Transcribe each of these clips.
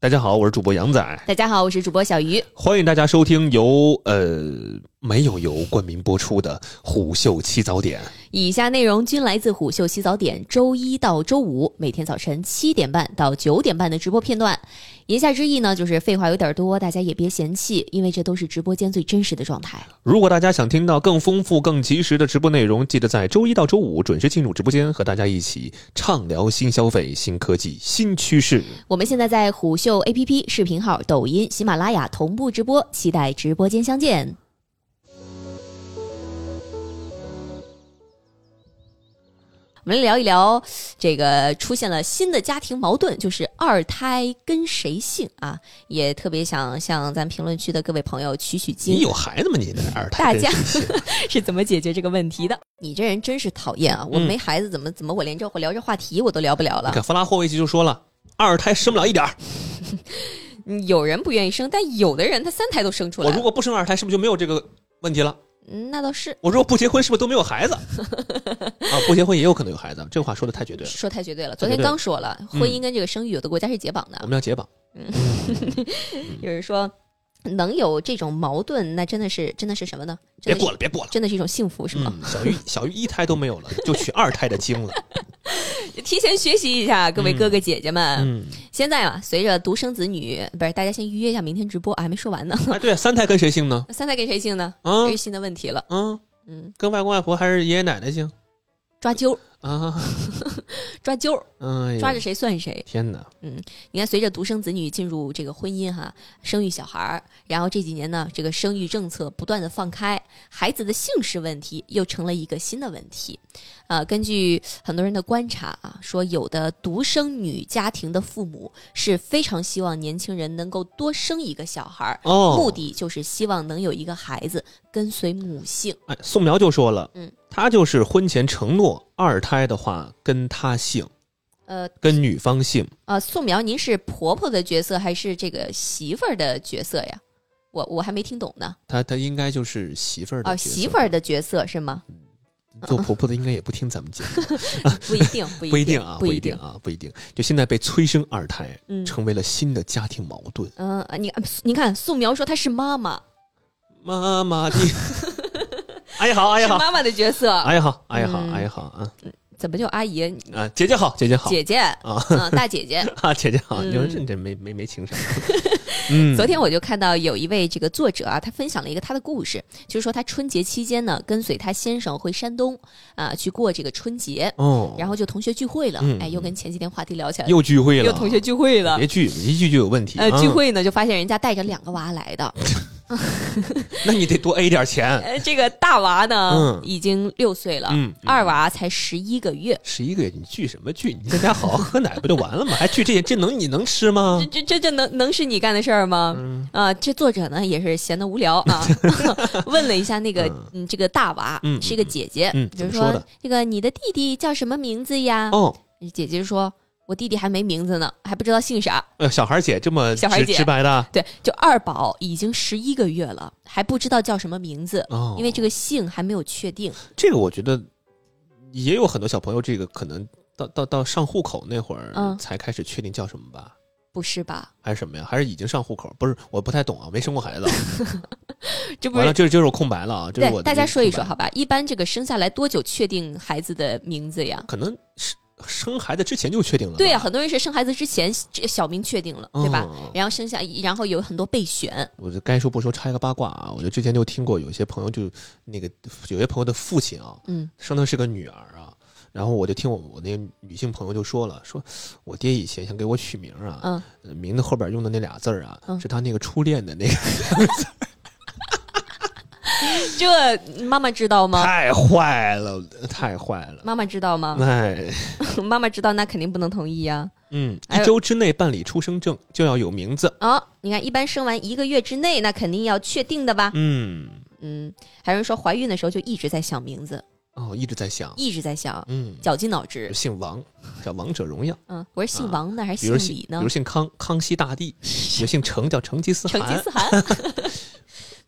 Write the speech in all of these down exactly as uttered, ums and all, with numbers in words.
大家好，我是主播杨仔。 大家好，我是主播小鱼。 欢迎大家收听由呃没有由冠名播出的虎嗅七早点。 以下内容均来自虎嗅七早点周一到周五每天早晨七点半到九点半的直播片段。言下之意呢，就是废话有点多，大家也别嫌弃，因为这都是直播间最真实的状态。 如果大家想听到更丰富、更及时的直播内容，记得在周一到周五准时进入直播间，和大家一起畅聊新消费、新科技、新趋势。 我们现在在虎嗅 A P P、视频号、抖音、喜马拉雅同步直播，期待直播间相见。我们来聊一聊这个出现了新的家庭矛盾，就是二胎跟谁姓啊？也特别想向咱评论区的各位朋友取取经。 你有孩子吗？你的二胎大家是怎么解决这个问题的？你这人真是讨厌啊！我没孩子，怎么怎么我连这我聊这话题我都聊不了了。 你看弗拉霍维奇就说了，二胎生不了一点儿。 有人不愿意生，但有的人他三胎都生出来了。 我如果不生二胎，是不是就没有这个问题了？ 嗯，那倒是。 我说不结婚是不是都没有孩子啊？不结婚也有可能有孩子，这话说的太绝对了。 说太绝对了。昨天刚说了，婚姻跟这个生育有的国家是解绑的。 我们要解绑。 嗯，有人说能有这种矛盾，那真的是真的是什么呢？ 别过了，别过了， 真的是一种幸福，是吗？ 嗯、小鱼小鱼一胎都没有了，就取二胎的经了。 提前学习一下，各位哥哥姐姐们。 嗯， 现在啊，随着独生子女，不是大家先预约一下明天直播，啊、还没说完呢。 哎，对，三胎跟谁姓呢？ 三胎跟谁姓呢？ 啊， 这是新的问题了。 嗯嗯， 跟外公外婆还是爷爷奶奶姓？ 抓阄啊， 抓阄， 哎， 抓着谁算谁。 天哪！ 嗯，你看，随着独生子女进入这个婚姻哈，生育小孩，然后这几年呢，这个生育政策不断的放开，孩子的姓氏问题又成了一个新的问题。呃，根据很多人的观察啊，说有的独生女家庭的父母是非常希望年轻人能够多生一个小孩， 哦， 目的就是希望能有一个孩子跟随母姓。 哎，宋苗就说了， 嗯， 他就是婚前承诺二胎的话跟他姓， 呃， 跟女方姓。 呃，宋苗，您是婆婆的角色还是这个媳妇儿的角色呀？我我还没听懂呢。 他他应该就是媳妇儿的哦， 角色。 媳妇儿的角色是吗？ 做婆婆的应该也不听咱们节目。 不一定，不一定， 不一定啊， 不一定啊，不一定。就现在被催生二胎， 嗯， 成为了新的家庭矛盾。 嗯、呃，你你看，素描说她是妈妈， 妈妈的，阿姨好，阿姨好， 是妈妈的角色， 阿姨好，阿姨好， 嗯阿姨好啊。 怎么就阿姨啊？姐姐好，姐姐好， 姐姐啊、嗯，大姐姐啊，姐姐好。你说这这没没没情商。嗯， 昨天我就看到有一位这个作者啊，他分享了一个他的故事，就是说他春节期间呢，跟随他先生回山东啊去过这个春节， 哦， 然后就同学聚会了， 嗯、 哎，又跟前几天话题聊起来了， 又聚会了， 又同学聚会了， 别聚，一聚就有问题。 呃，聚会呢就发现人家带着两个娃来的。 那你得多 A 点钱。 呃，这个大娃呢， 嗯、 已经六岁了， 嗯， 二娃才十一个月。 十一个月，你聚什么聚？你在家好好喝奶不就完了吗？还聚这些，这能你能吃吗？ 这这这这能能是你干的事儿吗？ 嗯、 啊，这作者呢也是闲得无聊啊，问了一下那个嗯这个大娃， 嗯， 是一个姐姐， 嗯， 就是说这个你的弟弟叫什么名字呀？ 哦， 姐姐说。我弟弟还没名字呢，还不知道姓啥。 呃，小孩姐这么小孩姐直白的， 对，就二宝已经十一个月了，还不知道叫什么名字， 哦， 因为这个姓还没有确定。 这个我觉得也有很多小朋友，这个可能到到到上户口那会儿才开始确定叫什么吧？ 嗯、不是吧？ 还是什么呀？还是已经上户口？不是，我不太懂啊，没生过孩子。 这不是完了，这就是我空白了啊！这是我对大家说一说好吧？一般这个生下来多久确定孩子的名字呀？ 可能是。生孩子之前就确定了， 对呀、啊，很多人是生孩子之前小名确定了， 哦、 对吧？然后生下，然后有很多备选。 我就该说不说，插一个八卦啊！我就之前就听过有些朋友就那个有些朋友的父亲啊， 嗯， 生的是个女儿啊，然后我就听我我那个女性朋友就说了，说我爹以前想给我取名啊， 嗯， 名字后边用的那俩字儿啊， 嗯、 是他那个初恋的那个。 这妈妈知道吗？ 太坏了，太坏了！ 妈妈知道吗？ 哎， 妈妈知道，那肯定不能同意呀、 啊。嗯，一周之内办理出生证就要有名字啊、哦。你看，一般生完一个月之内，那肯定要确定的吧？ 嗯嗯，还有人说怀孕的时候就一直在想名字。 哦，一直在想， 一直在想， 嗯， 绞尽脑汁。 姓王，叫王者荣耀。 嗯，我是姓王呢、啊、还是姓李呢？ 比如姓康，康熙大帝；有姓程，叫成吉思汗。 成吉思汗。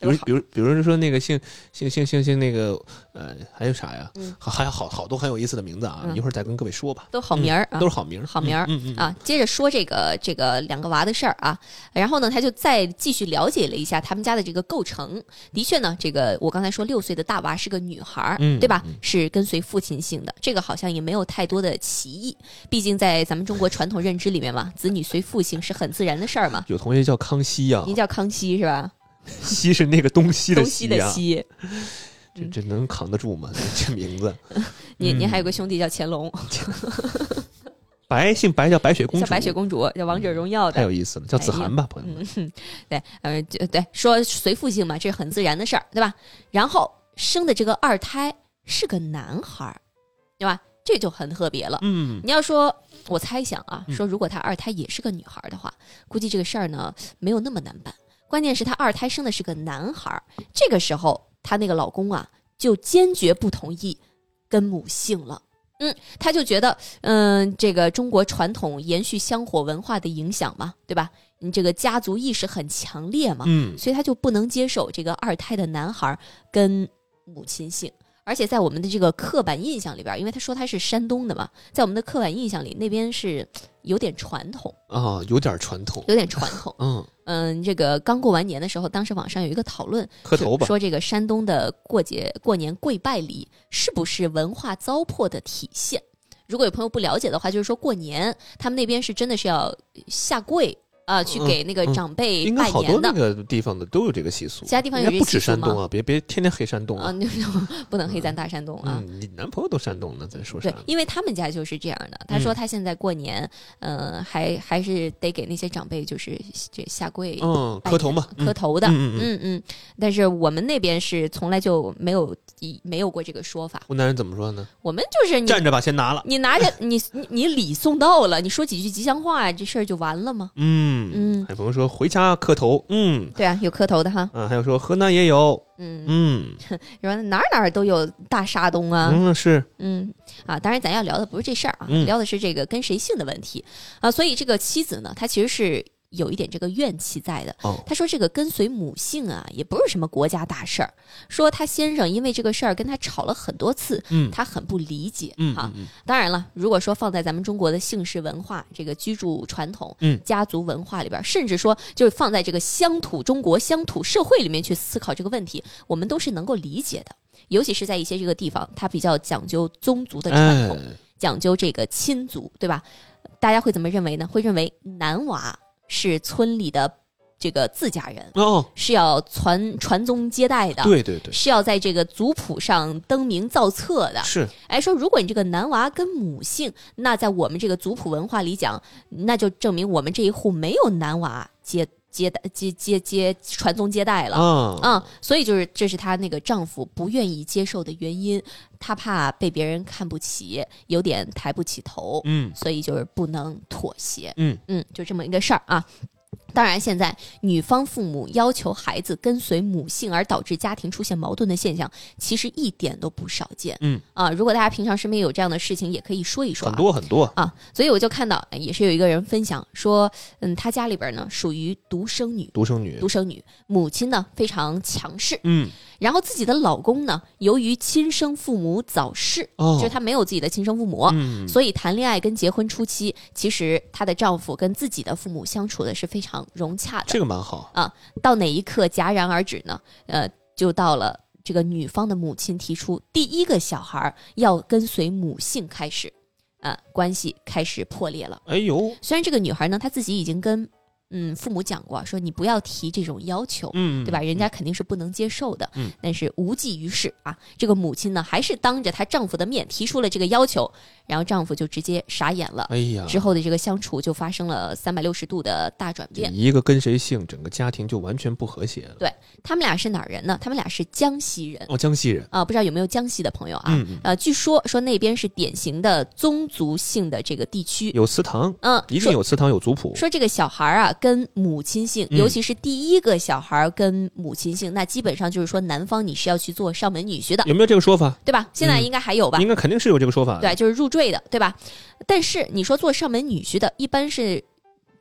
比如比如比如说那个姓姓姓姓姓那个呃还有啥呀？嗯，还有好好多很有意思的名字啊，嗯、一会儿再跟各位说吧。 都好名儿、 嗯、啊，都是好名儿， 好名儿、 嗯嗯嗯、 啊。接着说这个这个两个娃的事儿啊，然后呢，他就再继续了解了一下他们家的这个构成。的确呢，这个我刚才说六岁的大娃是个女孩，嗯，对吧？是跟随父亲姓的，这个好像也没有太多的歧义。毕竟在咱们中国传统认知里面嘛，子女随父姓是很自然的事儿嘛。 有同学叫康熙呀、啊， 您叫康熙是吧？ 西是那个东西的东西的西， 这这能扛得住吗？这名字。 您您还有个兄弟叫乾隆， 白姓白叫白雪公主， 叫白雪公主，叫王者荣耀的， 太有意思了，叫子涵吧，朋友们。 嗯，对，呃，对，说随父姓嘛，这是很自然的事儿，对吧？然后生的这个二胎是个男孩，对吧？这就很特别了。嗯，你要说，我猜想啊，说如果他二胎也是个女孩的话，估计这个事儿呢没有那么难办。关键是她二胎生的是个男孩，这个时候她那个老公啊就坚决不同意跟母姓了。嗯，他就觉得，嗯，这个中国传统延续香火文化的影响嘛，对吧？你这个家族意识很强烈嘛，嗯，所以他就不能接受这个二胎的男孩跟母亲姓。而且在我们的这个刻板印象里边，因为他说他是山东的嘛，在我们的刻板印象里，那边是有点传统啊、哦，有点传统， 有点传统。嗯嗯，这个刚过完年的时候，当时网上有一个讨论， 磕头吧， 说这个山东的过节过年跪拜礼是不是文化糟粕的体现？如果有朋友不了解的话，就是说过年他们那边是真的是要下跪。啊、呃，去给那个长辈拜年的、嗯嗯、应该好多那个地方的都有这个习俗， 其他地方有这个习俗吗？ 不止山东啊，别别天天黑山东啊， 啊不能黑咱大山东啊。 嗯，你男朋友都山东呢，咱说啥？ 对，因为他们家就是这样的。他说他现在过年，嗯、呃，还还是得给那些长辈就是这下跪， 嗯，磕头嘛， 磕头的， 嗯嗯嗯。但是我们那边是从来就没有没有过这个说法。 湖南人怎么说呢？ 我们就是你站着把钱拿了， 你拿着你你你礼送到了，你说几句吉祥话，这事儿就完了吗？ 嗯嗯，还不用说回家磕头，嗯， 对啊，有磕头的哈， 啊，还有说河南也有， 嗯嗯， 说哪儿哪儿都有大沙东啊， 嗯是， 嗯啊，当然咱要聊的不是这事儿啊、嗯，聊的是这个跟谁姓的问题啊，所以这个妻子呢，她其实是有一点这个怨气在的。 哦， 他说这个跟随母姓啊，也不是什么国家大事儿。说他先生因为这个事儿跟他吵了很多次，嗯，他很不理解， 嗯啊。 嗯嗯当然了，如果说放在咱们中国的姓氏文化、这个居住传统、嗯，家族文化里边，甚至说就是放在这个乡土中国乡土社会里面去思考这个问题，我们都是能够理解的。尤其是在一些这个地方，它比较讲究宗族的传统，哎、讲究这个亲族，对吧？大家会怎么认为呢？会认为男娃是村里的这个自家人， 哦， 是要传传宗接代的， 对对对， 是要在这个族谱上登名造册的。 是， 哎，说如果你这个男娃跟母姓，那在我们这个族谱文化里讲，那就证明我们这一户没有男娃接接代接接接传宗接代了啊、嗯！所以就是这是她那个丈夫不愿意接受的原因，他怕被别人看不起，有点抬不起头，嗯，所以就是不能妥协， 嗯嗯，就这么一个事儿啊。当然，现在女方父母要求孩子跟随母姓而导致家庭出现矛盾的现象，其实一点都不少见。 嗯啊，如果大家平常身边有这样的事情，也可以说一说、啊， 很多很多啊。所以我就看到，也是有一个人分享说，嗯，他家里边呢属于独生女， 独生女， 独生女，母亲呢非常强势， 嗯， 然后自己的老公呢，由于亲生父母早逝， 哦、 就是他没有自己的亲生父母， 嗯， 所以谈恋爱跟结婚初期，其实她的丈夫跟自己的父母相处的是非常融洽的， 这个蛮好啊。到哪一刻戛然而止呢？呃，就到了这个女方的母亲提出第一个小孩要跟随母姓开始，啊，关系开始破裂了。 哎呦， 虽然这个女孩呢，她自己已经跟嗯父母讲过，说你不要提这种要求， 嗯， 对吧？人家肯定是不能接受的， 嗯， 但是无济于事啊。这个母亲呢，还是当着她丈夫的面提出了这个要求，然后丈夫就直接傻眼了。 哎呀， 之后的这个相处就发生了三百六十度的大转变。 一个跟谁姓，整个家庭就完全不和谐了。 对，他们俩是哪儿人呢？他们俩是江西人。 哦，江西人啊，不知道有没有江西的朋友啊？ 嗯嗯呃，据说说那边是典型的宗族性的这个地区， 有祠堂， 嗯， 一定有祠堂有族谱。 说这个小孩啊跟母亲姓，尤其是第一个小孩跟母亲姓，嗯、那基本上就是说男方你是要去做上门女婿的， 有没有这个说法？ 对吧？现在应该还有吧？ 嗯、应该肯定是有这个说法的。 对，就是入赘的，对吧？但是你说做上门女婿的，一般是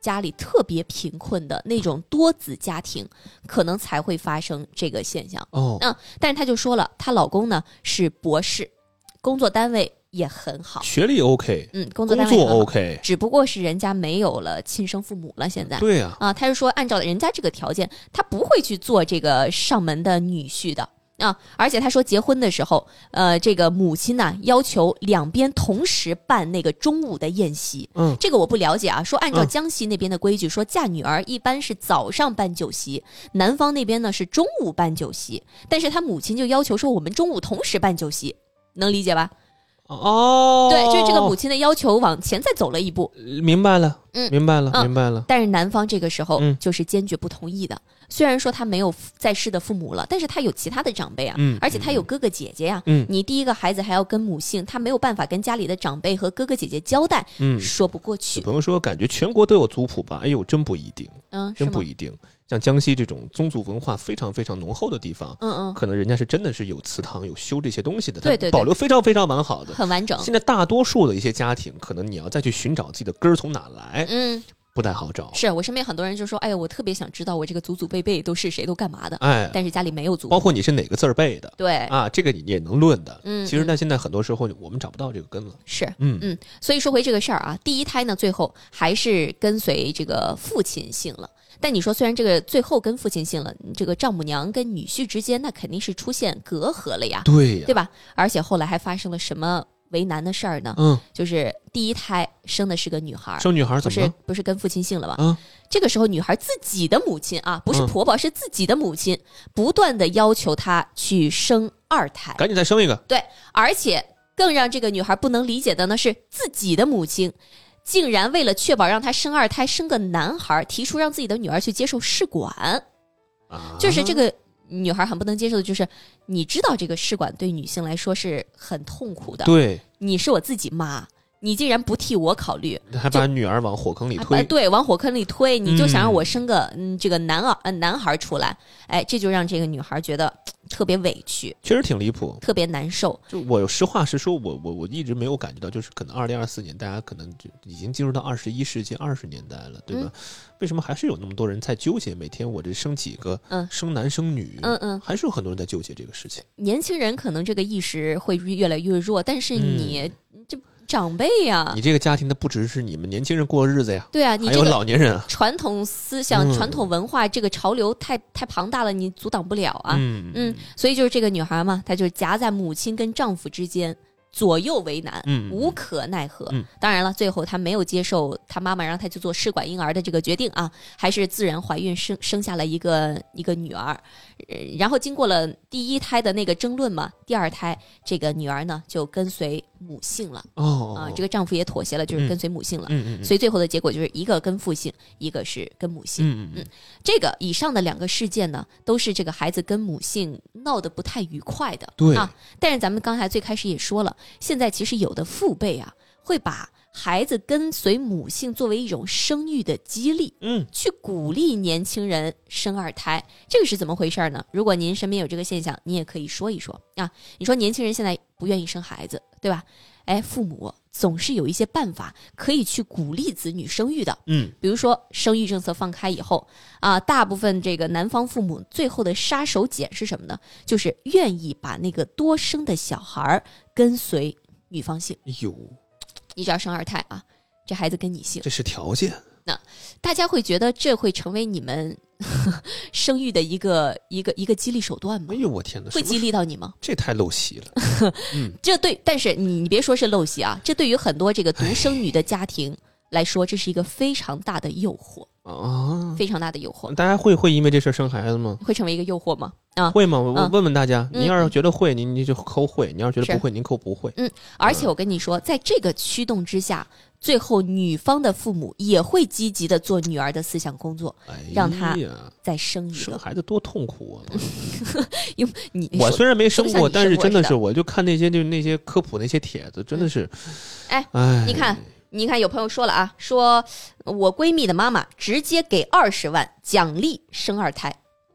家里特别贫困的那种多子家庭，可能才会发生这个现象。 哦， 嗯，但是她就说了，她老公呢是博士，工作单位也很好， 学历 OK， 嗯，工作单位工作很好 OK， 只不过是人家没有了亲生父母了，现在。 对呀、 啊，他是说按照人家这个条件，他不会去做这个上门的女婿的。啊，而且他说结婚的时候，呃，这个母亲呢、要求两边同时办那个中午的宴席。 嗯， 这个我不了解啊。说按照嗯江西那边的规矩，说嫁女儿一般是早上办酒席，南方那边呢是中午办酒席。但是他母亲就要求说，我们中午同时办酒席，能理解吧？ 哦， 对，就是这个母亲的要求往前再走了一步。 明白了， 嗯明白了， 嗯明白了。 但是男方这个时候嗯就是坚决不同意的。虽然说他没有在世的父母了，但是他有其他的长辈啊， 嗯而且他有哥哥姐姐呀、啊。 嗯你第一个孩子还要跟母姓，他没有办法跟家里的长辈和哥哥姐姐交代， 嗯， 说不过去。 朋友说感觉全国都有族谱吧？哎呦，真不一定， 嗯，是吗真不一定。像江西这种宗族文化非常非常浓厚的地方， 嗯嗯， 可能人家是真的是有祠堂、有修这些东西的， 对对对它保留非常非常完好的。 很完整。 现在大多数的一些家庭，可能你要再去寻找自己的根儿从哪来， 嗯， 不太好找。 是我身边很多人就说，哎呀，我特别想知道我这个祖祖辈辈都是谁，都干嘛的， 哎， 但是家里没有祖包谱。 括你是哪个字儿背的， 对， 啊，这个你也能论的。 嗯其实呢，现在很多时候我们找不到这个根了。 是， 嗯嗯，所以说回这个事儿啊，第一胎呢，最后还是跟随这个父亲姓了。但你说，虽然这个最后跟父亲姓了，这个丈母娘跟女婿之间，那肯定是出现隔阂了呀， 对呀， 对吧？而且后来还发生了什么为难的事儿呢？ 嗯， 就是第一胎生的是个女孩， 生女孩不是怎么了？ 不是跟父亲姓了吧？ 嗯， 这个时候女孩自己的母亲啊，不是嗯婆婆，是自己的母亲，不断的要求她去生二胎。 赶紧再生一个。 对，而且更让这个女孩不能理解的呢是，自己的母亲竟然为了确保让她生二胎生个男孩，提出让自己的女儿去接受试管。 啊， 就是这个女孩很不能接受的，就是你知道这个试管对女性来说是很痛苦的， 对， 你是我自己妈，你竟然不替我考虑， 还把女儿往火坑里啊推。 对，往火坑里推，你就想让我生个嗯这个男儿呃男孩出来，哎，这就让这个女孩觉得特别委屈， 确实挺离谱。 特别难受。 就我有实话实说，我我我一直没有感觉到，就是可能二零二四年大家可能就已经进入到二十一世纪二十年代了，对吧？ 嗯为什么还是有那么多人在纠结？每天我这生几个， 嗯生男生女， 嗯嗯， 还是有很多人在纠结这个事情。 年轻人可能这个意识会越来越弱，但是你、这长辈呀、 你这个家庭，它不只是你们年轻人过日子呀， 对啊，你还有这个老年人啊。 传统思想、 嗯传统文化这个潮流太太庞大了，你阻挡不了啊。 嗯嗯，所以就是这个女孩嘛，她就夹在母亲跟丈夫之间，左右为难， 嗯无可奈何。 嗯当然了，最后她没有接受她妈妈让她去做试管婴儿的这个决定啊，还是自然怀孕生生下了一个一个女儿。呃然后经过了第一胎的那个争论嘛，第二胎这个女儿呢就跟随母姓了哦啊，这个丈夫也妥协了，就是跟随母姓了。 嗯嗯所以最后的结果就是一个跟父姓，一个是跟母姓。 嗯嗯这个以上的两个事件呢，都是这个孩子跟母姓闹得不太愉快的。 对啊，但是咱们刚才最开始也说了，现在其实有的父辈啊，会把孩子跟随母姓作为一种生育的激励， 嗯， 去鼓励年轻人生二胎。这个是怎么回事呢？如果您身边有这个现象，你也可以说一说啊。你说年轻人现在不愿意生孩子，对吧？哎，父母总是有一些办法可以去鼓励子女生育的。 嗯， 比如说生育政策放开以后啊，大部分这个男方父母最后的杀手锏是什么呢？就是愿意把那个多生的小孩跟随女方姓。 哎呦， 你只要生二胎啊，这孩子跟你姓， 这是条件。 大家会觉得这会成为你们呵呵生育的一个一个一个激励手段吗哎？呦，我天哪，什么会激励到你吗？ 这太陋习了。 这对，但是你你别说是陋习啊，这对于很多这个独生女的家庭来说，这是一个非常大的诱惑， 啊！ 非常大的诱惑。 大家会会因为这事儿生孩子吗？ 会成为一个诱惑吗？啊， 会吗？我我嗯问问大家， 嗯您要是觉得会，您您就扣会；你要是觉得是不会，您扣不会。 而且我跟你说，在这个驱动之下，最后女方的父母也会积极的做女儿的思想工作， 哎呀， 让他再生一个。 生孩子多痛苦啊！ 因为你我虽然没生过， 都像你但是生过似的真的是，我就看那些就那些科普那些帖子，真的是， 哎哎， 你看，你看，有朋友说了啊，说我闺蜜的妈妈直接给二十万奖励生二胎。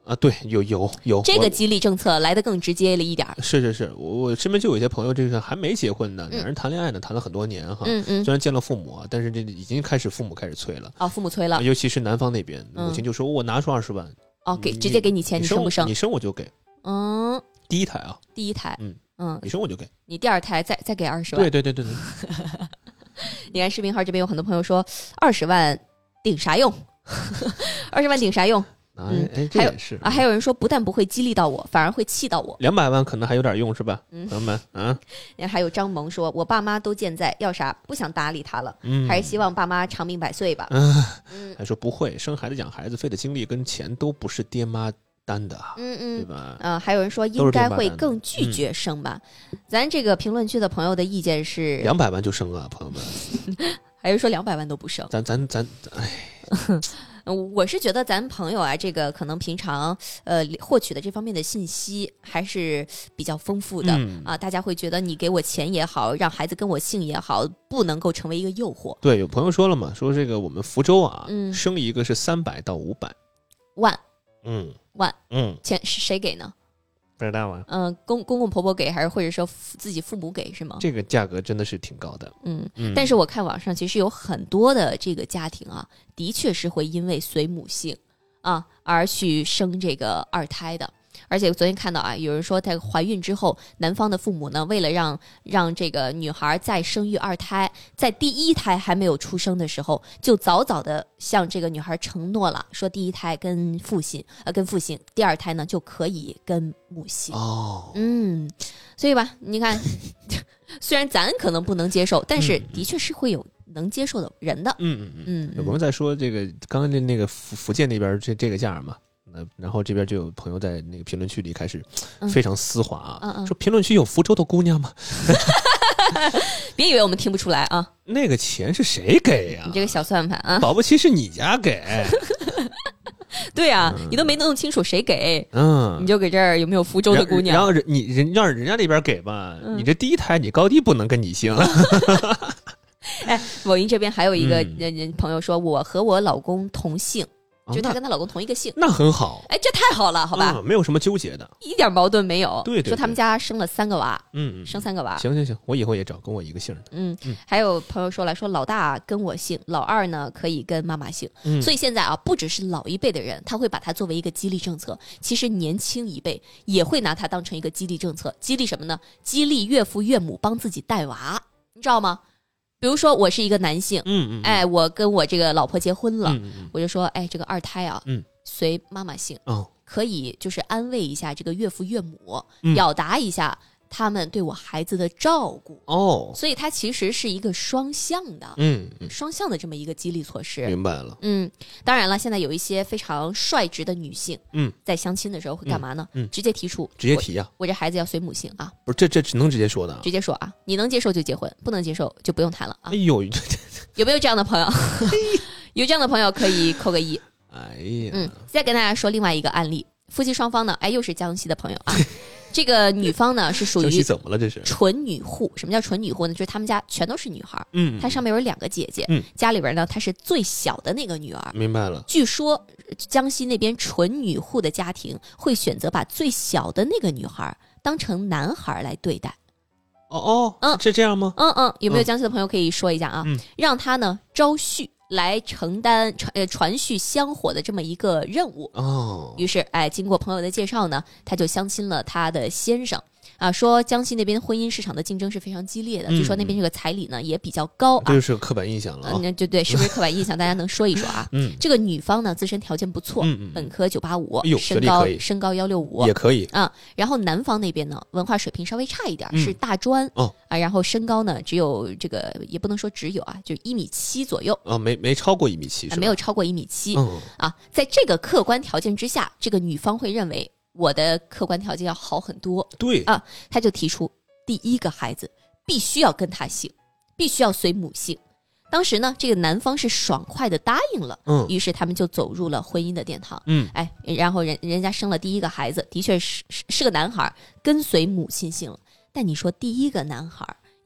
啊，对，有有有这个激励政策来得更直接了一点。 是是是，我我身边就有一些朋友，这个还没结婚呢，两人谈恋爱呢，谈了很多年哈。 嗯嗯。 虽然见了父母，但是这已经开始父母开始催了。 哦，父母催了， 尤其是男方那边，母亲就说：“我拿出二十万。” 哦，给直接给你钱，你生不生？ 你生我就给。 嗯。 第一胎啊。 第一胎。 嗯嗯。 你生我就给。 你第二胎再再给二十万。 对对对对对。 你看视频号这边有很多朋友说，二十万顶啥用？二十万顶啥用？ 嗯，哎，这也是啊，还有人说不但不会激励到我，反而会气到我。 两百万可能还有点用是吧？ 嗯， 朋友们啊。 还有张萌说，我爸妈都健在，要啥不想搭理他了，嗯，还是希望爸妈长命百岁吧。 嗯，还说不会生孩子养孩子费的精力跟钱都不是爹妈担的，嗯嗯，对吧？ 嗯、呃，还有人说应该会更拒绝生吧。嗯、咱这个评论区的朋友的意见是两百万就生啊，朋友们。 还是说两百万都不生？ 咱咱咱，哎。 我是觉得咱朋友啊，这个可能平常呃获取的这方面的信息还是比较丰富的、嗯、啊，大家会觉得你给我钱也好，让孩子跟我姓也好，不能够成为一个诱惑。 对，有朋友说了嘛，说这个我们福州啊，嗯、生一个是三百到五百万， 嗯， 万， 嗯， 钱是谁给呢？ 不知道啊， 嗯、呃，公公公婆婆给，还是或者说自己父母给是吗？ 这个价格真的是挺高的， 嗯嗯。但是我看网上其实有很多的这个家庭啊，的确是会因为随母姓啊而去生这个二胎的。而且昨天看到啊，有人说在怀孕之后，男方的父母呢，为了让让这个女孩再生育二胎，在第一胎还没有出生的时候，就早早的向这个女孩承诺了，说第一胎跟父姓，呃，跟父姓，第二胎呢就可以跟母姓。 哦， 嗯，所以吧，你看，虽然咱可能不能接受，但是的确是会有能接受的人的。 嗯嗯嗯嗯。我们在说这个刚刚那那个福福建那边这这个价嘛。然后这边就有朋友在那个评论区里开始非常丝滑啊，嗯嗯嗯、说评论区有福州的姑娘吗？ 别以为我们听不出来啊！ 那个钱是谁给呀、啊？ 你这个小算盘啊！ 保不齐是你家给。 对啊、嗯，你都没弄清楚谁给，嗯，你就给这儿有没有福州的姑娘？ 然后人你人让人家那边给吧，嗯、你这第一胎你高低不能跟你姓。 哎，某音这边还有一个人朋友说，我和我老公同姓。就她跟她老公同一个姓， 那很好。 哎，这太好了，好吧、 嗯，没有什么纠结的， 一点矛盾没有。 对对对， 说他们家生了三个娃， 嗯， 生三个娃。 行行行，我以后也找跟我一个姓的。 嗯嗯。还有朋友说了，说老大跟我姓，老二呢可以跟妈妈姓。嗯。所以现在啊，不只是老一辈的人，他会把它作为一个激励政策，其实年轻一辈也会拿它当成一个激励政策。激励什么呢？激励岳父岳母帮自己带娃，你知道吗？比如说我是一个男性， 嗯嗯， 哎，我跟我这个老婆结婚了， 嗯嗯我就说，哎，这个二胎啊， 嗯， 随妈妈姓， 哦， 可以就是安慰一下这个岳父岳母， 嗯、 表达一下他们对我孩子的照顾， 哦， 所以它其实是一个双向的， 嗯， 双向的这么一个激励措施。 明白了， 嗯，当然了，现在有一些非常率直的女性， 嗯， 在相亲的时候会干嘛呢？ 嗯，嗯直接提出， 直接提呀、啊， 我这孩子要随母姓啊， 不是，这这只能直接说的、啊， 直接说啊，你能接受就结婚，不能接受就不用谈了啊。 哎呦， 有没有这样的朋友？有这样的朋友可以扣个一。 哎呀， 嗯，再跟大家说另外一个案例，夫妻双方呢，哎，又是江西的朋友啊。这个女方呢是属于怎么了？这是纯女户。什么叫纯女户呢？就是他们家全都是女孩， 嗯， 她上面有两个姐姐， 嗯， 家里边呢她是最小的那个女儿。 明白了。 据说江西那边纯女户的家庭会选择把最小的那个女孩当成男孩来对待。 哦哦， 嗯， 是这样吗？ 嗯嗯，有没有江西的朋友可以说一下啊？ 嗯， 让他呢招婿来承担传呃传续香火的这么一个任务。 哦， 于是哎，经过朋友的介绍呢，他就相亲了他的先生。啊，说江西那边婚姻市场的竞争是非常激烈的，据、嗯、说那边这个彩礼呢也比较高啊， 这就是刻板印象了啊。 嗯，对对，是不是刻板印象？大家能说一说啊？ 嗯， 这个女方呢自身条件不错， 嗯嗯， 本科九八五， 哎呦， 身高身高幺六五也可以啊。然后男方那边呢文化水平稍微差一点， 嗯、 是大专哦啊，然后身高呢只有这个也不能说只有啊，就一米七左右啊，没没超过一米七是吧？ 没有超过一米七、 嗯、 啊，在这个客观条件之下，这个女方会认为我的客观条件要好很多， 对啊，他就提出第一个孩子必须要跟他姓，必须要随母姓。当时呢，这个男方是爽快的答应了， 嗯， 于是他们就走入了婚姻的殿堂， 嗯， 哎，然后人人家生了第一个孩子，的确是是是个男孩，跟随母亲姓了。但你说第一个男孩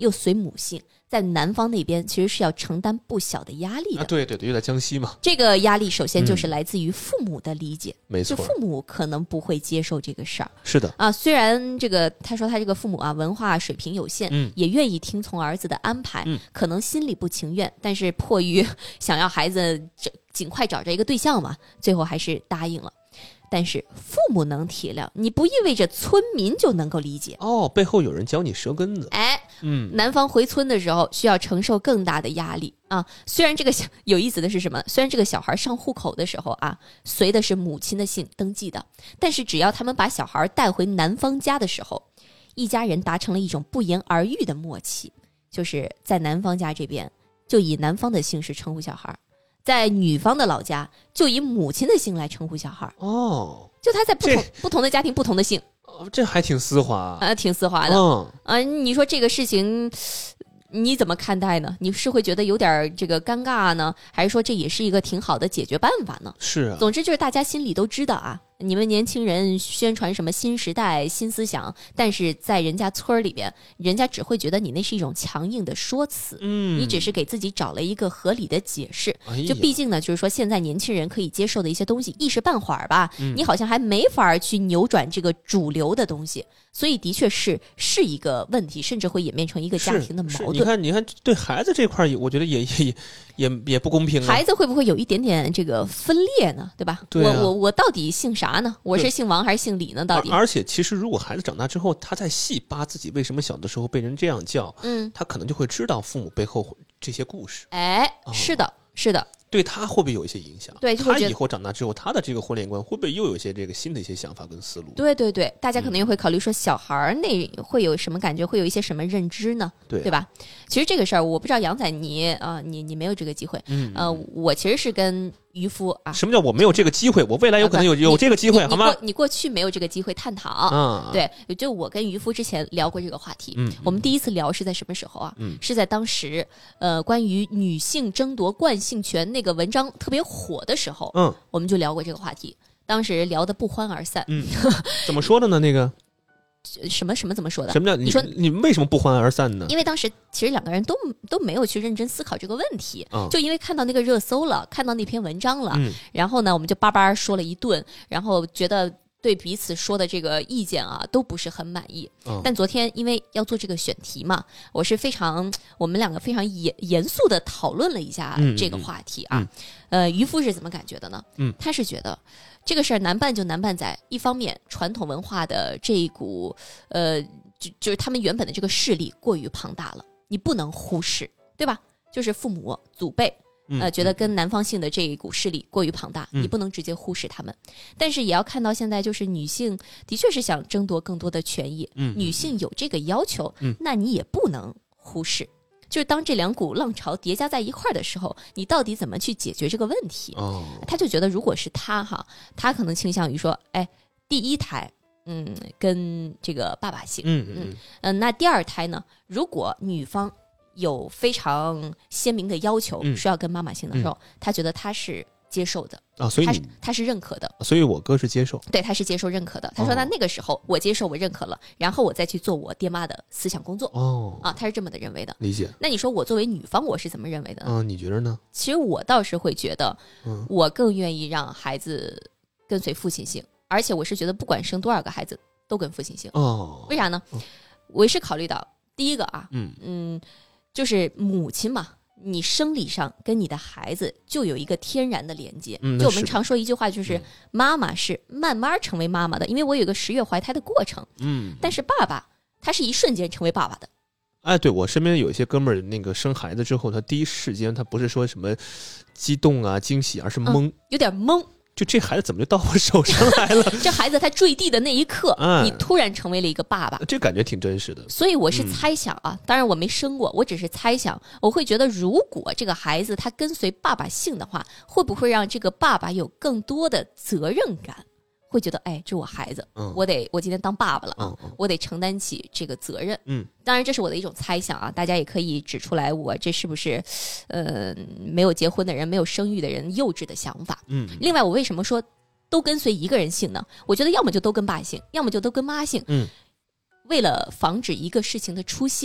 又随母姓，在男方那边其实是要承担不小的压力的。 啊、对对对，又在江西嘛。 这个压力首先就是来自于父母的理解， 嗯、没错， 就父母可能不会接受这个事儿。 是的啊，虽然这个他说他这个父母啊文化水平有限， 嗯、 也愿意听从儿子的安排， 嗯、 可能心里不情愿，但是迫于想要孩子尽快找着一个对象嘛，最后还是答应了。但是父母能体谅，你不意味着村民就能够理解哦。背后有人教你舌根子， 哎， 嗯， 男方回村的时候需要承受更大的压力啊。虽然这个有意思的是什么？虽然这个小孩上户口的时候啊，随的是母亲的姓登记的，但是只要他们把小孩带回男方家的时候，一家人达成了一种不言而喻的默契，就是在男方家这边就以男方的姓氏称呼小孩。在女方的老家就以母亲的姓来称呼小孩哦， 就他在不同不同的家庭不同的姓， 哦，这还挺丝滑啊、 呃，挺丝滑的。 嗯啊，你说这个事情你怎么看待呢？你是会觉得有点这个尴尬呢，还是说这也是一个挺好的解决办法呢？ 是啊， 总之就是大家心里都知道啊，你们年轻人宣传什么新时代新思想，但是在人家村里边，人家只会觉得你那是一种强硬的说辞， 嗯， 你只是给自己找了一个合理的解释。 哎、 就毕竟呢，就是说现在年轻人可以接受的一些东西，一时半会儿吧、 嗯， 你好像还没法去扭转这个主流的东西，所以的确是是一个问题，甚至会演变成一个家庭的矛盾。 你看，你看，对孩子这块，我觉得也也也也不公平啊。 孩子会不会有一点点这个分裂呢？对吧？ 对啊、 我我我到底姓啥呢？我是姓王还是姓李呢？到底？ 而且，其实如果孩子长大之后，他在细扒自己为什么小的时候被人这样叫， 嗯， 他可能就会知道父母背后这些故事。 哎，是的，是的。 对他会不会有一些影响？ 对， 他以后长大之后，他的这个婚恋观会不会又有一些这个新的一些想法跟思路？ 对对对，大家可能也会考虑说，小孩那会有什么感觉，会有一些什么认知呢？ 对， 对吧？其实这个事儿，我不知道杨仔你啊、呃，你你没有这个机会， 嗯， 呃，我其实是跟渔夫啊， 什么叫我没有这个机会？我未来有可能有、啊、有这个机会，好吗？ 你过你过去没有这个机会探讨， 啊， 对，就我跟渔夫之前聊过这个话题， 嗯， 我们第一次聊是在什么时候啊？ 嗯， 是在当时呃关于女性争夺惯性权那个文章特别火的时候， 嗯， 我们就聊过这个话题，当时聊得不欢而散。 嗯，怎么说的呢？那个什么什么怎么说的？ 什么叫你说你为什么不欢而散呢？ 因为当时其实两个人都都没有去认真思考这个问题， 嗯、 就因为看到那个热搜了，看到那篇文章了， 嗯、 然后呢，我们就叭叭说了一顿，然后觉得对彼此说的这个意见啊都不是很满意。 嗯、 但昨天因为要做这个选题嘛，我是非常我们两个非常严严肃的讨论了一下这个话题啊。 嗯嗯、 呃，渔夫是怎么感觉的呢？ 嗯， 他是觉得这个事儿难办就难办在一方面，传统文化的这一股呃，就就是他们原本的这个势力过于庞大了，你不能忽视，对吧？就是父母祖辈。呃，觉得跟男方性的这一股势力过于庞大， 嗯、 你不能直接忽视他们。但是也要看到现在，就是女性的确是想争夺更多的权益， 嗯、 女性有这个要求， 嗯、 那你也不能忽视。就是当这两股浪潮叠加在一块儿的时候，你到底怎么去解决这个问题？ 哦， 他就觉得，如果是他哈，他可能倾向于说，哎，第一胎，嗯，跟这个爸爸姓， 嗯嗯嗯、呃，那第二胎呢，如果女方有非常鲜明的要求， 嗯、 是要跟妈妈姓的时候， 嗯、 他觉得他是接受的啊，所以他是他是认可的， 所以我哥是接受， 对，他是接受认可的。他说，那那个时候我接受我认可了，然后我再去做我爹妈的思想工作。 哦， 啊，他是这么的认为的， 理解。 那你说我作为女方，我是怎么认为的呢？ 嗯，你觉得呢？ 其实我倒是会觉得， 嗯， 我更愿意让孩子跟随父亲姓，而且我是觉得不管生多少个孩子都跟父亲姓。 哦， 为啥呢？嗯、我是考虑到第一个啊， 嗯嗯。就是母亲嘛，你生理上跟你的孩子就有一个天然的连接。 嗯、 就我们常说一句话，就是妈妈是慢慢成为妈妈的，因为我有个十月怀胎的过程。 嗯， 但是爸爸他是一瞬间成为爸爸的。 哎，对，我身边有一些哥们儿，那个生孩子之后，他第一时间他不是说什么激动啊、惊喜，而是懵， 嗯、有点懵。 就这孩子怎么就到我手上来了？ 这孩子他坠地的那一刻， 哎、 你突然成为了一个爸爸， 这感觉挺真实的。 所以我是猜想啊，嗯、当然我没生过，我只是猜想，我会觉得如果这个孩子他跟随爸爸姓的话，会不会让这个爸爸有更多的责任感？会觉得，哎，这我孩子， 嗯、 我得我今天当爸爸了啊， 嗯、 我得承担起这个责任。 嗯， 当然这是我的一种猜想啊，大家也可以指出来，我这是不是，呃，没有结婚的人、没有生育的人幼稚的想法？ 嗯， 另外我为什么说都跟随一个人姓呢？我觉得要么就都跟爸姓，要么就都跟妈姓。 嗯， 为了防止一个事情的出现，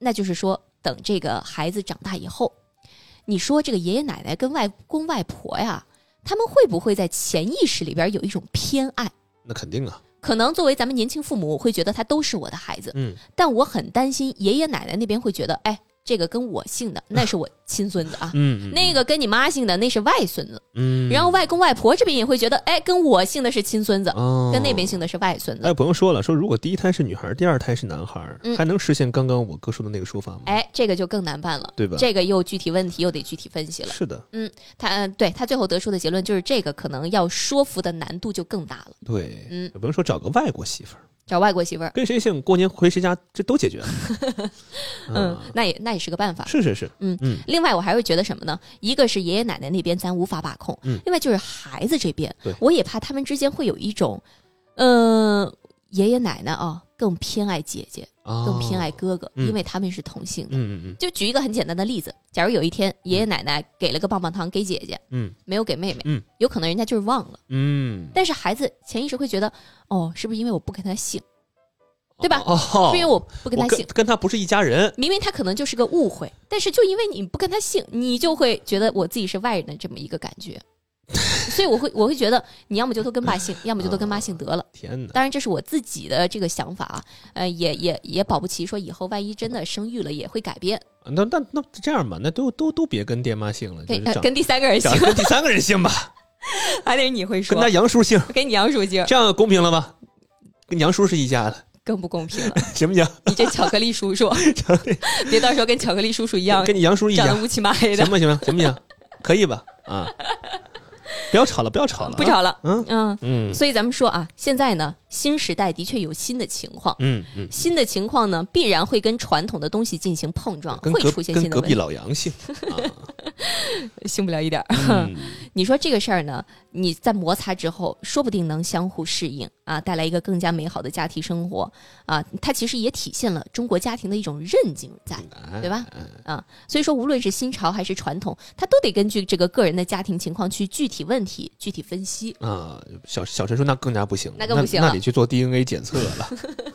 那就是说等这个孩子长大以后，你说这个爷爷奶奶跟外公外婆呀，他们会不会在潜意识里边有一种偏爱？ 那肯定啊， 可能作为咱们年轻父母会觉得他都是我的孩子， 嗯， 但我很担心爷爷奶奶那边会觉得，哎，这个跟我姓的那是我亲孙子啊， 嗯， 那个跟你妈姓的那是外孙子， 嗯， 然后外公外婆这边也会觉得，哎，跟我姓的是亲孙子， 哦， 跟那边姓的是外孙子。 哎，朋友说了，说如果第一胎是女孩，第二胎是男孩，嗯，还能实现刚刚我哥说的那个说法吗？ 哎，这个就更难办了， 对吧？ 这个又具体问题又得具体分析了。 是的， 嗯，他对他最后得出的结论就是这个可能要说服的难度就更大了。 对， 嗯， 有朋友说找个外国媳妇儿。 找外国媳妇儿， 跟谁姓，过年回谁家，这都解决了。 嗯，那也那也是个办法。 是是是， 嗯嗯。另外，我还会觉得什么呢？一个是爷爷奶奶那边咱无法把控， 嗯， 另外就是孩子这边， 对， 我也怕他们之间会有一种，嗯、呃，爷爷奶奶啊更偏爱姐姐，哦、更偏爱哥哥， 嗯、 因为他们是同姓的。 嗯嗯嗯。 就举一个很简单的例子，假如有一天爷爷奶奶给了个棒棒糖给姐姐， 嗯， 没有给妹妹， 嗯， 有可能人家就是忘了， 嗯， 但是孩子潜意识会觉得，哦，是不是因为我不跟他姓？对吧？ 哦， 是不是因为我不跟他姓， 跟, 跟他不是一家人。 明明他可能就是个误会，但是就因为你不跟他姓，你就会觉得我自己是外人的这么一个感觉。所以我会我会觉得，你要么就都跟爸姓，要么就都跟妈姓得了。 天哪！ 当然这是我自己的这个想法啊，呃，也也也保不齐说以后万一真的生育了也会改变。 那那那这样吧，那都都都别跟爹妈姓了， 跟、呃、跟第三个人姓， 跟第三个人姓吧。 还得你会说， 跟他杨叔姓， 跟你杨叔姓， 这样公平了吧？跟杨叔是一家的。 更不公平了， 行不行？ 你这巧克力叔叔，别到时候跟巧克力叔叔一样， 跟你杨叔一样， 长得乌漆嘛黑的， 行不行？行不行？可以吧？啊，不要吵了，不要吵了， 不吵了。 嗯嗯嗯。 所以咱们说啊，现在呢，新时代的确有新的情况， 嗯嗯， 新的情况呢，必然会跟传统的东西进行碰撞，会出现新的问题。 跟隔壁老杨姓，啊、 姓不了一点。 嗯、 你说这个事儿呢，你在摩擦之后，说不定能相互适应啊，带来一个更加美好的家庭生活啊。它其实也体现了中国家庭的一种韧劲在，对吧？啊，所以说无论是新潮还是传统，它都得根据这个个人的家庭情况去具体问题具体分析啊。小小陈说那更加不行， 那更不行了， 那得去做 D N A 检测了。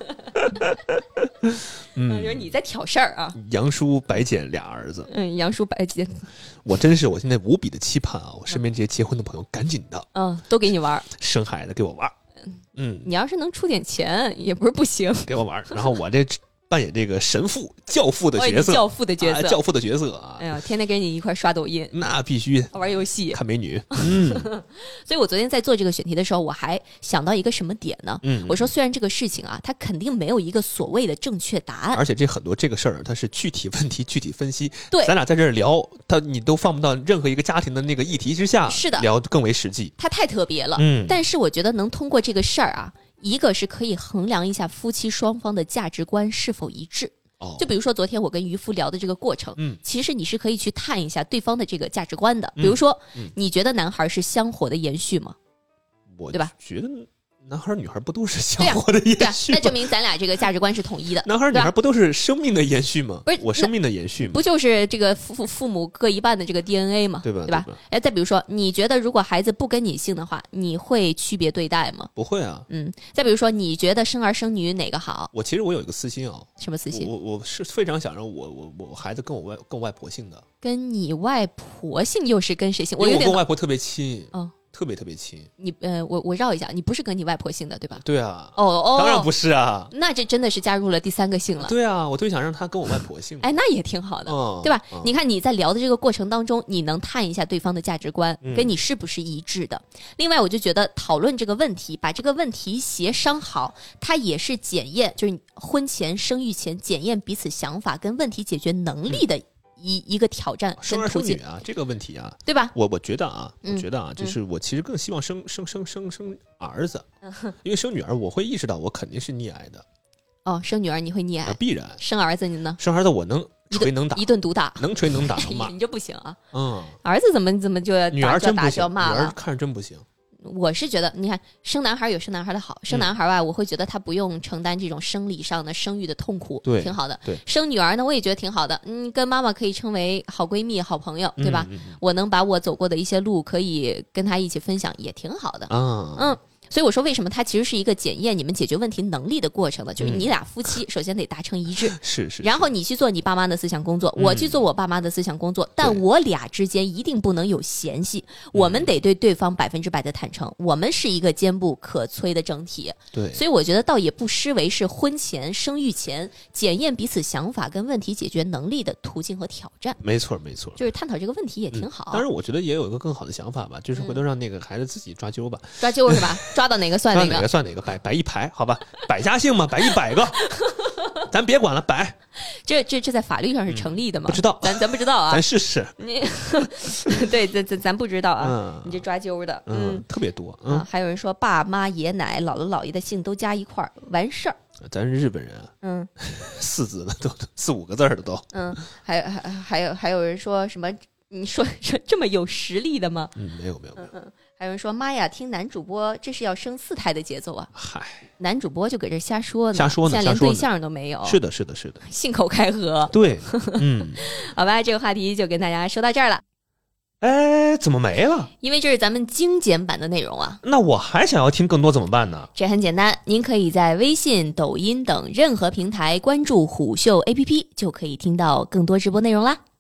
嗯，就是你在挑事儿啊。 杨叔白捡俩儿子， 嗯，杨叔白捡， 我真是我现在无比的期盼啊！我身边这些结婚的朋友，赶紧的， 嗯，都给你玩， 生孩子给我玩，嗯， 你要是能出点钱，也不是不行， 给我玩。然后我这扮演这个神父、教父的角色， 教父的角色， 啊、教父的角色啊！ 哎呀，天天跟你一块刷抖音， 那必须玩游戏、 看美女。嗯， 所以我昨天在做这个选题的时候，我还想到一个什么点呢？ 嗯， 我说虽然这个事情啊，它肯定没有一个所谓的正确答案， 而且这很多这个事儿它是具体问题具体分析。 对， 咱俩在这儿聊，它你都放不到任何一个家庭的那个议题之下， 是的， 聊更为实际。 它太特别了。 嗯， 但是我觉得能通过这个事儿啊，一个是可以衡量一下夫妻双方的价值观是否一致。 哦， 就比如说昨天我跟渔夫聊的这个过程， 嗯， 其实你是可以去探一下对方的这个价值观的。比如说， 嗯嗯、 你觉得男孩是香火的延续吗？ 我对吧？ 觉得男孩女孩不都是香火的延续吗？ 对啊，对啊，那证明咱俩这个价值观是统一的。 男孩女孩不都是生命的延续吗？ 不是我生命的延续吗？ 不就是这个父父父母各一半的这个 D N A 吗？ 对吧？ 对吧？哎，再比如说，你觉得如果孩子不跟你姓的话，你会区别对待吗？ 不会啊。 嗯。再比如说，你觉得生儿生女哪个好？ 我其实我有一个私心啊。 什么私心？ 我我是非常想让我我我孩子跟我外跟我外婆姓的。 跟你外婆姓又是跟谁姓？ 因为我跟我外婆特别亲。 嗯。 特别特别亲， 你呃，我我绕一下，你不是跟你外婆姓的对吧？ 对啊， 哦哦， 当然不是啊， 那这真的是加入了第三个姓了。 对啊，我就想让他跟我外婆姓。 哎，那也挺好的， 嗯、 对吧、 嗯？ 你看你在聊的这个过程当中，你能探一下对方的价值观、 嗯、 跟你是不是一致的。另外，我就觉得讨论这个问题，把这个问题协商好，它也是检验，就是婚前生育前检验彼此想法跟问题解决能力的。嗯一一个挑战跟途径生儿生女啊，这个问题啊， 对吧？ 我我觉得啊， 嗯、 我觉得啊，就是我其实更希望生、嗯、生生生生儿子，嗯、因为生女儿我会意识到我肯定是溺爱的。 哦，生女儿你会溺爱， 啊、必然。 生儿子你呢？ 生儿子我能锤能打， 一顿毒打， 能锤能打能骂， 你这不行啊。 嗯， 儿子怎么怎么就要女儿真不行， 骂了， 女儿看着真不行。 我是觉得，你看生男孩有生男孩的好，生男孩吧，我会觉得他不用承担这种生理上的生育的痛苦， 对， 挺好的。 对， 生女儿呢，我也觉得挺好的。嗯，跟妈妈可以称为好闺蜜、好朋友，对吧？ 嗯嗯嗯、 我能把我走过的一些路可以跟她一起分享，也挺好的。 啊， 嗯， 所以我说为什么它其实是一个检验你们解决问题能力的过程呢？就是你俩夫妻首先得达成一致， 是是， 然后你去做你爸妈的思想工作，我去做我爸妈的思想工作，但我俩之间一定不能有嫌隙，我们得对对方百分之百的坦诚，我们是一个坚不可摧的整体。 对， 所以我觉得倒也不失为是婚前生育前检验彼此想法跟问题解决能力的途径和挑战。 没错没错， 就是探讨这个问题也挺好、 嗯、当然我觉得也有一个更好的想法吧，就是回头让那个孩子自己抓阄吧、嗯、 抓阄是吧？抓到哪个算哪个， 抓哪个算哪个，摆摆一排好吧，百家姓嘛，摆一百个咱别管了，摆这这这在法律上是成立的吗？ 嗯、不知道， 咱咱不知道啊， 咱试试。 你对，咱咱咱不知道啊。 嗯、 你这抓阄的， 嗯，嗯特别多。嗯、 啊，还有人说爸妈爷奶姥姥姥爷的姓都加一块儿完事儿。 咱是日本人， 嗯， 四字的都四五个字的都。 嗯，还有还还有还有人说什么？你说这么有实力的吗？ 嗯，没有没有。 嗯嗯，还有人说妈呀，听男主播这是要生四胎的节奏啊！ 嗨， 男主播就搁这瞎说呢， 瞎说呢， 现在连对象都没有。 是的，是的，是的， 信口开河。 对，嗯， 好吧，这个话题就跟大家说到这儿了。 哎，怎么没了？ 因为这是咱们精简版的内容啊。 那我还想要听更多怎么办呢？ 这很简单，您可以在微信、抖音等任何平台关注虎嗅 A P P， 就可以听到更多直播内容啦。